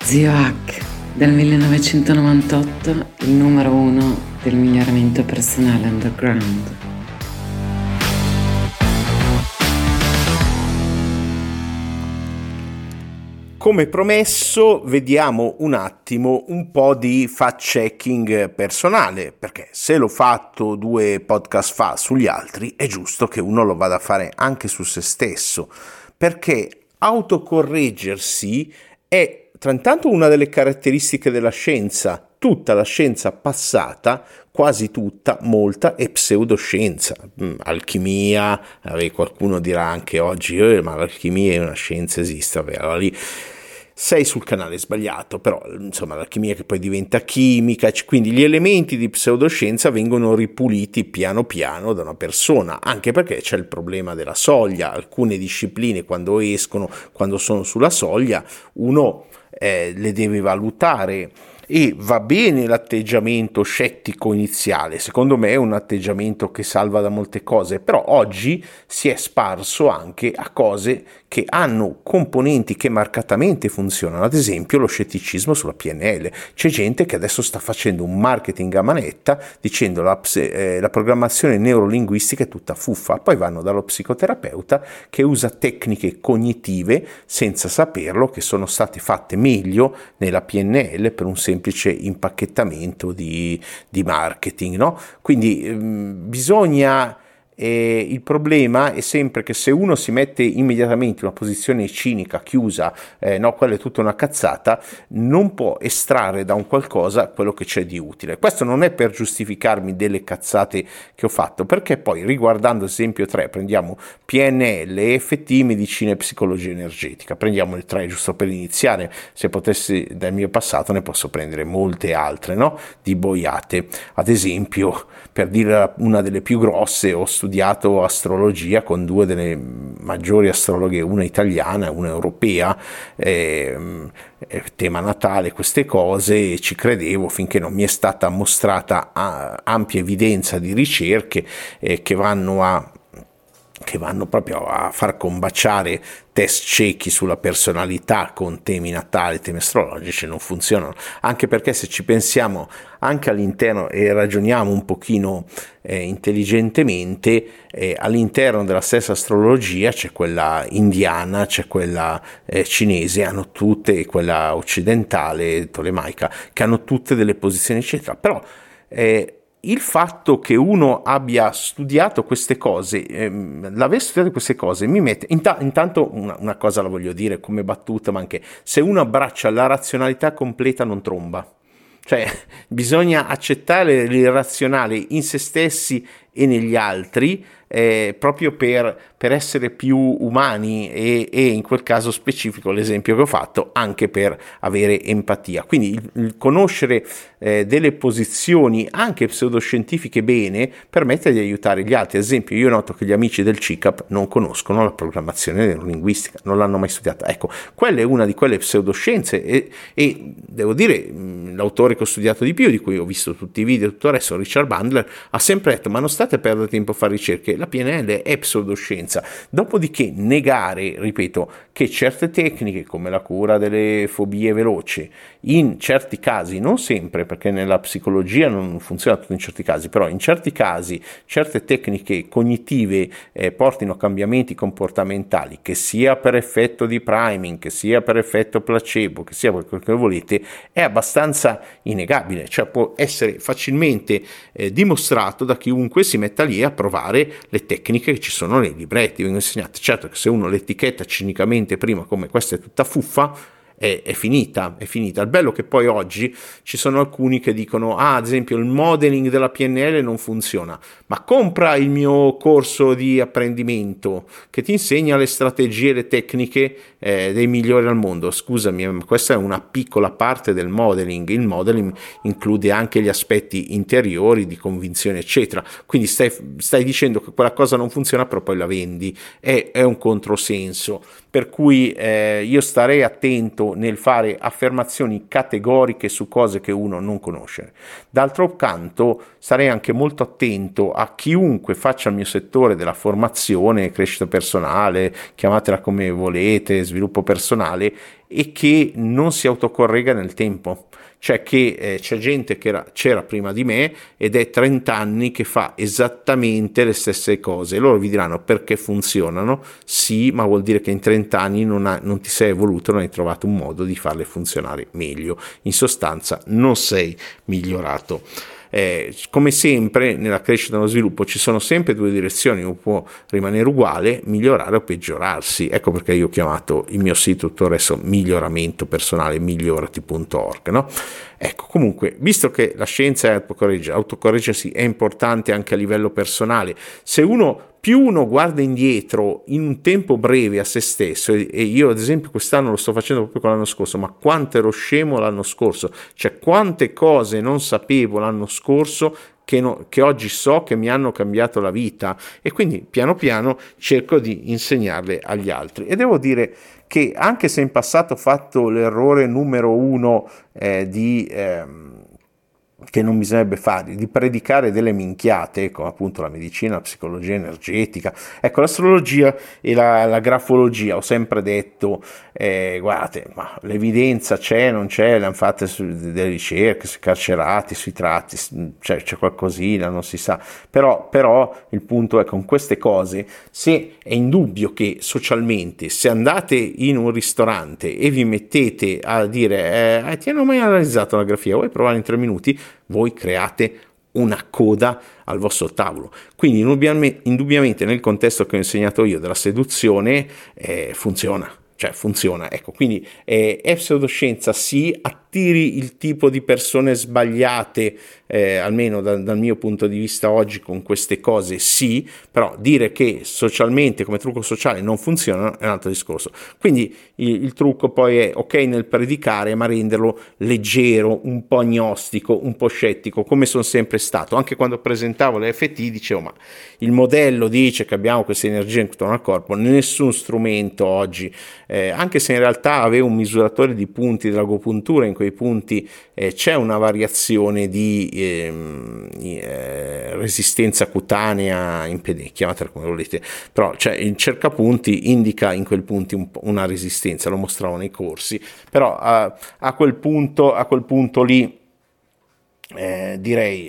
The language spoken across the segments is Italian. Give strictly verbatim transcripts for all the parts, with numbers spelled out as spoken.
Zio Hack, del millenovecentonovantotto, il numero uno del miglioramento personale underground. Come promesso, vediamo un attimo un po' di fact-checking personale, perché se l'ho fatto due podcast fa sugli altri, è giusto che uno lo vada a fare anche su se stesso, perché autocorreggersi è intanto una delle caratteristiche della scienza. Tutta la scienza passata, quasi tutta, molta, è pseudoscienza. Mm, alchimia, vabbè, qualcuno dirà anche oggi, eh, ma l'alchimia è una scienza, esiste, vabbè, allora lì sei sul canale sbagliato, però insomma l'alchimia che poi diventa chimica, quindi gli elementi di pseudoscienza vengono ripuliti piano piano da una persona, anche perché c'è il problema della soglia. Alcune discipline quando escono, quando sono sulla soglia, uno eh, le deve valutare. E va bene l'atteggiamento scettico iniziale, secondo me è un atteggiamento che salva da molte cose, però oggi si è sparso anche a cose che hanno componenti che marcatamente funzionano, ad esempio lo scetticismo sulla P N L. C'è gente che adesso sta facendo un marketing a manetta dicendo la, eh, la programmazione neurolinguistica è tutta fuffa, poi vanno dallo psicoterapeuta che usa tecniche cognitive senza saperlo, che sono state fatte meglio nella P N L per un semplice impacchettamento di, di marketing, no? Quindi ehm, bisogna eh, il problema è sempre che se uno si mette immediatamente in una posizione cinica, chiusa, eh, no, quella è tutta una cazzata, non può estrarre da un qualcosa quello che c'è di utile. Questo non è per giustificarmi delle cazzate che ho fatto, perché poi riguardando esempio tre, prendiamo P N L, E F T, medicina e psicologia energetica, prendiamo le tre giusto per iniziare. Se potessi dal mio passato ne posso prendere molte altre, no? Di boiate. Ad esempio, per dire una delle più grosse, ho studiato astrologia con due delle maggiori astrologhe, una italiana e una europea, eh, tema natale, queste cose, e ci credevo finché non mi è stata mostrata ampia evidenza di ricerche eh, che vanno a che vanno proprio a far combaciare test ciechi sulla personalità con temi natali, temi astrologici. Non funzionano, anche perché se ci pensiamo anche all'interno e ragioniamo un pochino eh, intelligentemente, eh, all'interno della stessa astrologia c'è quella indiana, c'è quella eh, cinese, hanno tutte, e quella occidentale, tolemaica, che hanno tutte delle posizioni eccetera, però eh, il fatto che uno abbia studiato queste cose, ehm, l'aver studiato queste cose mi mette, Inta- intanto una, una cosa la voglio dire come battuta, ma anche se uno abbraccia la razionalità completa non tromba, cioè bisogna accettare l'irrazionale in se stessi e negli altri, eh, proprio per, per essere più umani e, e in quel caso specifico l'esempio che ho fatto anche per avere empatia. Quindi il, il conoscere eh, delle posizioni anche pseudoscientifiche bene permette di aiutare gli altri. Ad esempio, io noto che gli amici del C I C A P non conoscono la programmazione neurolinguistica, non l'hanno mai studiata. Ecco, quella è una di quelle pseudoscienze e, e devo dire, l'autore che ho studiato di più, di cui ho visto tutti i video tutto il resto, Richard Bandler, ha sempre detto: ma non state a perdere tempo a fare ricerche, la P N L è pseudoscienza. Dopodiché negare, ripeto, che certe tecniche come la cura delle fobie veloci, in certi casi, non sempre, perché nella psicologia non funziona tutto in certi casi, però in certi casi certe tecniche cognitive eh, portino a cambiamenti comportamentali, che sia per effetto di priming, che sia per effetto placebo, che sia per quello che volete, è abbastanza innegabile, cioè può essere facilmente eh, dimostrato da chiunque si metta lì a provare le tecniche che ci sono nei libretti, vengono insegnate. Certo che se uno l'etichetta cinicamente prima come questa è tutta fuffa, È, è finita, è finita. Il bello è che poi oggi ci sono alcuni che dicono: ah, ad esempio il modeling della P N L non funziona, ma compra il mio corso di apprendimento che ti insegna le strategie e le tecniche eh, dei migliori al mondo. Scusami, questa è una piccola parte del modeling. Il modeling include anche gli aspetti interiori di convinzione eccetera, quindi stai, stai dicendo che quella cosa non funziona però poi la vendi, è, è un controsenso. Per cui eh, io starei attento nel fare affermazioni categoriche su cose che uno non conosce. D'altro canto sarei anche molto attento a chiunque faccia il mio settore della formazione, crescita personale, chiamatela come volete, sviluppo personale, e che non si autocorregga nel tempo. Cioè che eh, c'è gente che era, c'era prima di me ed è trenta anni che fa esattamente le stesse cose. Loro vi diranno perché funzionano. Sì, ma vuol dire che in trenta anni non, ha, non ti sei evoluto, non hai trovato un modo di farle funzionare meglio. In sostanza non sei migliorato. Eh, come sempre nella crescita e nello sviluppo ci sono sempre due direzioni, uno può rimanere uguale, migliorare o peggiorarsi. Ecco perché io ho chiamato il mio sito tutto adesso miglioramento personale, migliorati punto org, no? Ecco, comunque, visto che la scienza è autocorreggersi è importante anche a livello personale, se uno più uno guarda indietro in un tempo breve a se stesso, e io ad esempio quest'anno lo sto facendo proprio con l'anno scorso, ma quanto ero scemo l'anno scorso, cioè quante cose non sapevo l'anno scorso che, no, che oggi so che mi hanno cambiato la vita, e quindi piano piano cerco di insegnarle agli altri. E devo dire che anche se in passato ho fatto l'errore numero uno eh, di... Ehm, che non bisognerebbe fare, di predicare delle minchiate, come appunto la medicina, la psicologia energetica, ecco, l'astrologia e la, la grafologia, ho sempre detto, eh, guardate, ma l'evidenza c'è, non c'è, le hanno fatte su, delle ricerche, sui carcerati, sui tratti, c'è, c'è qualcosina, non si sa, però, però il punto è con queste cose, se è indubbio che socialmente, se andate in un ristorante e vi mettete a dire, eh, ti hanno mai analizzato la grafia, vuoi provare in tre minuti? Voi create una coda al vostro tavolo. Quindi indubbiamente nel contesto che ho insegnato io della seduzione eh, funziona, cioè funziona, ecco, quindi eh, è pseudoscienza, sì, attiri il tipo di persone sbagliate, eh, almeno da, dal mio punto di vista oggi con queste cose sì, però dire che socialmente come trucco sociale non funziona è un altro discorso. Quindi il, il trucco poi è ok nel predicare, ma renderlo leggero, un po' agnostico, un po' scettico, come sono sempre stato. Anche quando presentavo le F T dicevo, ma il modello dice che abbiamo questa energia intorno al corpo, nessun strumento oggi, eh, anche se in realtà avevo un misuratore di punti dell'agopuntura, in quei punti eh, c'è una variazione di eh, eh, resistenza cutanea, impedente, chiamatela come volete, però cioè, il cercapunti indica in quel punto un, una resistenza, lo mostravo nei corsi, però a, a quel punto, a quel punto lì Eh, direi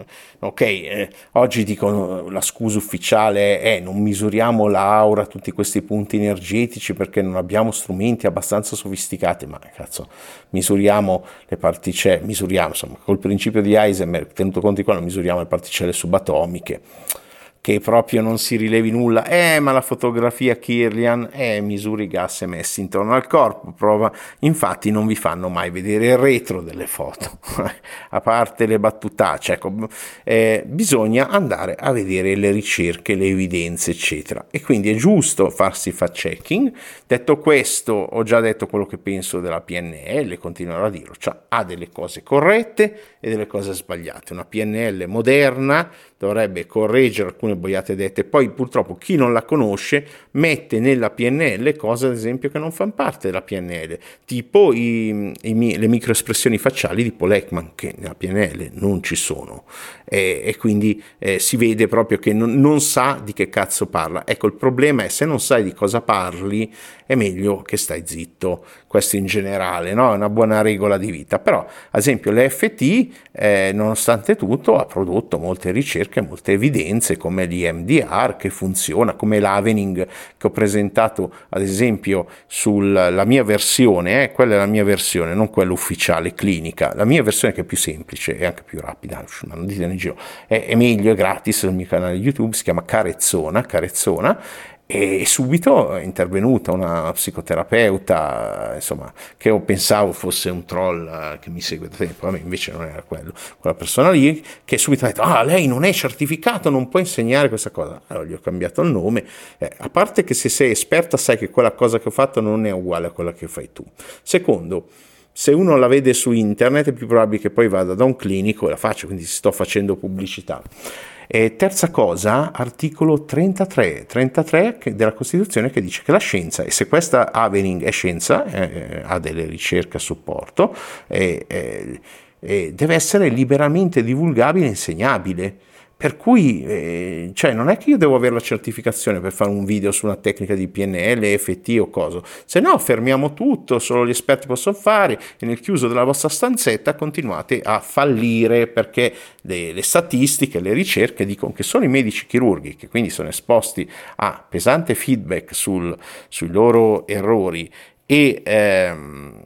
ok, eh, oggi dicono la scusa ufficiale è non misuriamo l'aura, tutti questi punti energetici perché non abbiamo strumenti abbastanza sofisticati, ma cazzo, misuriamo le particelle, misuriamo insomma col principio di Heisenberg, tenuto conto di quello, misuriamo le particelle subatomiche, che proprio non si rilevi nulla, eh ma la fotografia Kirlian, eh misuri i gas emessi intorno al corpo, prova, infatti non vi fanno mai vedere il retro delle foto, a parte le battutacce, ecco, eh, bisogna andare a vedere le ricerche, le evidenze eccetera, e quindi è giusto farsi fact checking. Detto questo, ho già detto quello che penso della P N L, continuerò a dirlo, cioè ha delle cose corrette e delle cose sbagliate. Una P N L moderna dovrebbe correggere alcune boiate dette, poi purtroppo chi non la conosce mette nella P N L cose ad esempio che non fanno parte della P N L, tipo i, i, le microespressioni facciali di Paul Ekman, che nella P N L non ci sono, e, e quindi eh, si vede proprio che non, non sa di che cazzo parla. Ecco, il problema è se non sai di cosa parli è meglio che stai zitto, questo in generale, no? È una buona regola di vita. Però ad esempio l'E F T eh, nonostante tutto ha prodotto molte ricerche, molte evidenze, come l'E M D R che funziona, come l'Avening che ho presentato ad esempio sulla mia versione, eh, quella è la mia versione, non quella ufficiale clinica, la mia versione che è più semplice e anche più rapida, ma non dite in giro, è, è meglio, è gratis sul mio canale YouTube, si chiama Carezzona, Carezzona, e subito è intervenuta una psicoterapeuta, insomma, che io pensavo fosse un troll che mi segue da tempo, a me invece non era quello, quella persona lì, che subito ha detto, ah, lei non è certificato, non può insegnare questa cosa. Allora gli ho cambiato il nome, eh, a parte che se sei esperta sai che quella cosa che ho fatto non è uguale a quella che fai tu. Secondo, se uno la vede su internet è più probabile che poi vada da un clinico e la faccia, quindi sto facendo pubblicità. E terza cosa, articolo trentatré, trentatré della Costituzione, che dice che la scienza, e se questa Avening è scienza, eh, ha delle ricerche a supporto, eh, eh, eh, deve essere liberamente divulgabile e insegnabile, per cui eh, cioè non è che io devo avere la certificazione per fare un video su una tecnica di P N L, E F T o cosa, se no fermiamo tutto, solo gli esperti possono fare e nel chiuso della vostra stanzetta continuate a fallire, perché le, le statistiche, le ricerche dicono che solo i medici chirurghi, che quindi sono esposti a pesante feedback sul, sui loro errori e ehm,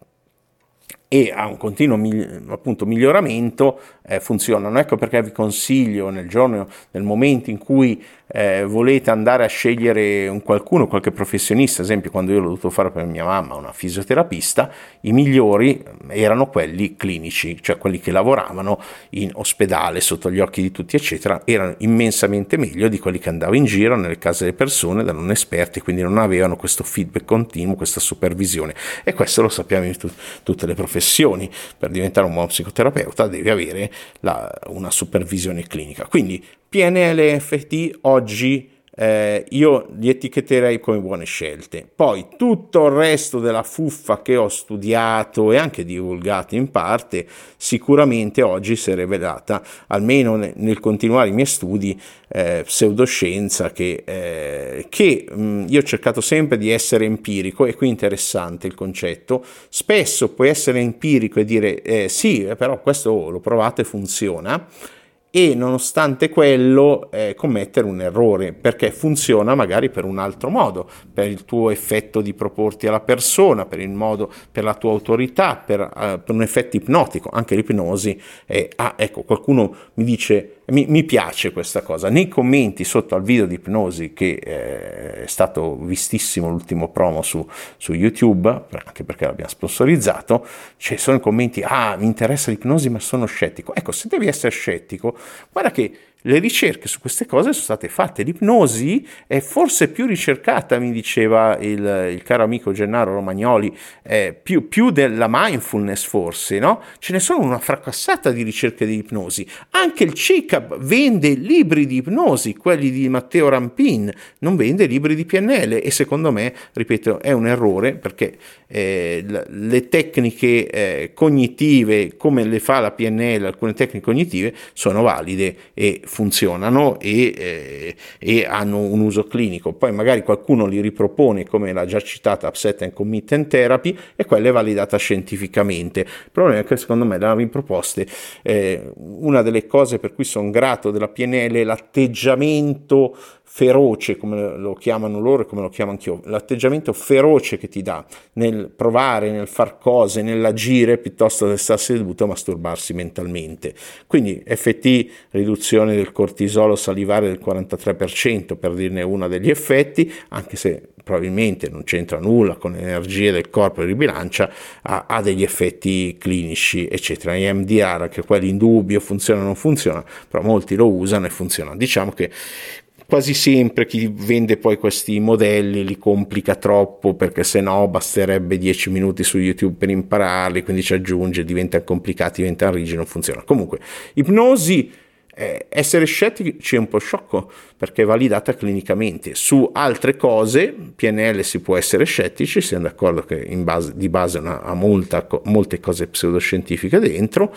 e a un continuo appunto miglioramento, eh, funzionano. Ecco perché vi consiglio nel giorno, nel momento in cui eh, volete andare a scegliere un qualcuno, qualche professionista, ad esempio quando io l'ho dovuto fare per mia mamma, una fisioterapista, i migliori erano quelli clinici, cioè quelli che lavoravano in ospedale sotto gli occhi di tutti eccetera, erano immensamente meglio di quelli che andavano in giro nelle case delle persone da non esperti, quindi non avevano questo feedback continuo, questa supervisione. E questo lo sappiamo in tu- tutte le professioni. Per diventare un buon psicoterapeuta devi avere la, una supervisione clinica. Quindi P N L e F T oggi eh, io li etichetterei come buone scelte. Poi tutto il resto della fuffa che ho studiato e anche divulgato in parte, sicuramente oggi si è rivelata, almeno nel, nel continuare i miei studi, eh, pseudoscienza che, eh, che mh, io ho cercato sempre di essere empirico, e qui interessante il concetto. Spesso puoi essere empirico e dire eh, sì, però questo lo provate e funziona, e nonostante quello eh, commettere un errore, perché funziona magari per un altro modo, per il tuo effetto di proporti alla persona, per il modo, per la tua autorità, per, uh, per un effetto ipnotico. Anche l'ipnosi è, ah, ecco, qualcuno mi dice mi, mi piace questa cosa, nei commenti sotto al video di ipnosi che eh, è stato vistissimo, l'ultimo promo su, su YouTube, anche perché l'abbiamo sponsorizzato, ci sono i commenti: ah, mi interessa l'ipnosi ma sono scettico. Ecco, se devi essere scettico, guarda che le ricerche su queste cose sono state fatte. L'ipnosi è forse più ricercata, mi diceva il, il caro amico Gennaro Romagnoli, eh, più, più della mindfulness forse, no? Ce ne sono una fracassata di ricerche di ipnosi. Anche il C I C A B vende libri di ipnosi, quelli di Matteo Rampin, non vende libri di P N L, e secondo me, ripeto, è un errore, perché eh, le tecniche eh, cognitive, come le fa la P N L, alcune tecniche cognitive sono valide e funzionano e, eh, e hanno un uso clinico. Poi magari qualcuno li ripropone, come la già citata Upset and Commitment Therapy, e quella è validata scientificamente. Il problema è che secondo me l'hanno riproposte. Eh, una delle cose per cui sono grato della P N L è l'atteggiamento feroce, come lo chiamano loro e come lo chiamo anch'io, l'atteggiamento feroce che ti dà nel provare, nel far cose, nell'agire, piuttosto che stare seduto a masturbarsi mentalmente. Quindi F T, riduzione del cortisolo salivare del quarantatré per cento, per dirne uno degli effetti, anche se probabilmente non c'entra nulla con le energie del corpo e ribilancia, ha, ha degli effetti clinici eccetera. Gli M D R, che quelli in dubbio funziona o non funziona, però molti lo usano e funziona. Diciamo che quasi sempre chi vende poi questi modelli li complica troppo, perché se no basterebbe dieci minuti su YouTube per impararli, quindi ci aggiunge, diventano complicati, diventano rigidi, non funziona. Comunque, ipnosi, eh, essere scettici è un po' sciocco, perché è validata clinicamente. Su altre cose, P N L si può essere scettici, siamo d'accordo che in base, di base una, ha molta, molte cose pseudoscientifiche dentro,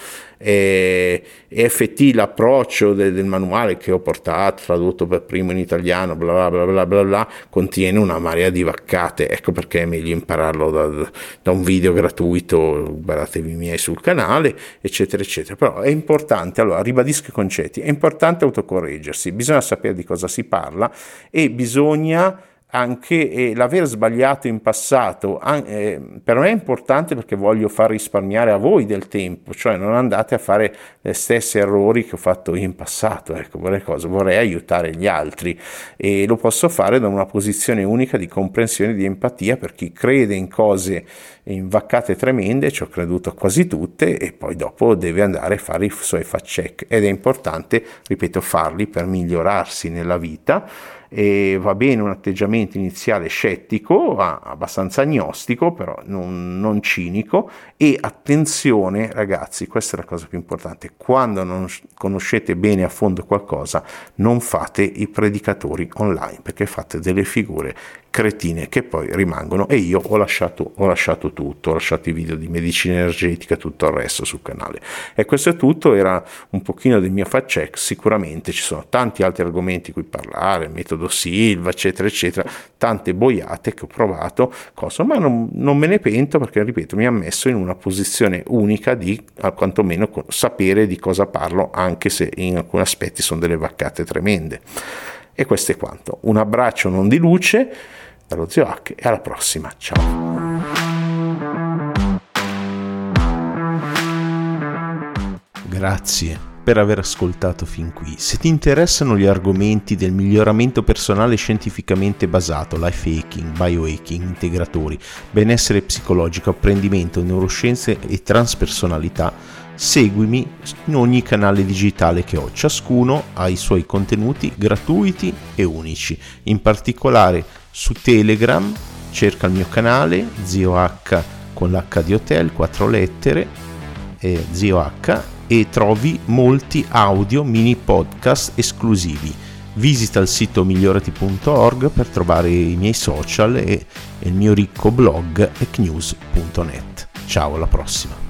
e, e F T, l'approccio del, del manuale che ho portato, tradotto per primo in italiano, bla bla bla bla bla, contiene una marea di vaccate. Ecco perché è meglio impararlo da, da un video gratuito, guardatevi i miei sul canale, eccetera eccetera. Però è importante, allora ribadisco i concetti, è importante autocorreggersi, bisogna sapere di cosa si parla, e bisogna anche eh, l'aver sbagliato in passato. Eh, per me è importante, perché voglio far risparmiare a voi del tempo, cioè non andate a fare gli stessi errori che ho fatto io in passato. Ecco, vorrei, cosa, vorrei aiutare gli altri, e lo posso fare da una posizione unica di comprensione, di empatia per chi crede in cose, in vaccate tremende. Ci ho creduto quasi tutte, e poi dopo deve andare a fare i suoi fact check, ed è importante, ripeto, farli per migliorarsi nella vita. E va bene un atteggiamento iniziale scettico, abbastanza agnostico, però non, non cinico. E attenzione ragazzi, questa è la cosa più importante: quando non conoscete bene a fondo qualcosa, non fate i predicatori online, perché fate delle figure cretine che poi rimangono, e io ho lasciato, ho lasciato tutto, ho lasciato i video di medicina energetica, tutto il resto sul canale. E questo è tutto, era un pochino del mio fact check. Sicuramente ci sono tanti altri argomenti di cui parlare, metodo Silva, eccetera eccetera, tante boiate che ho provato, cosa, ma non, non me ne pento, perché ripeto, mi ha messo in una posizione unica di a quantomeno sapere di cosa parlo, anche se in alcuni aspetti sono delle vaccate tremende. E questo è quanto. Un abbraccio non di luce dallo Zio Hack e alla prossima. Ciao. Grazie per aver ascoltato fin qui. Se ti interessano gli argomenti del miglioramento personale scientificamente basato, life hacking, biohacking, integratori, benessere psicologico, apprendimento, neuroscienze e transpersonalità, seguimi in ogni canale digitale che ho. Ciascuno ha i suoi contenuti gratuiti e unici. In particolare su Telegram cerca il mio canale Zio H con l'H di hotel, quattro lettere, eh, Zio H, e trovi molti audio mini podcast esclusivi. Visita il sito migliorati punto org per trovare i miei social e il mio ricco blog ecnews punto net. Ciao, alla prossima.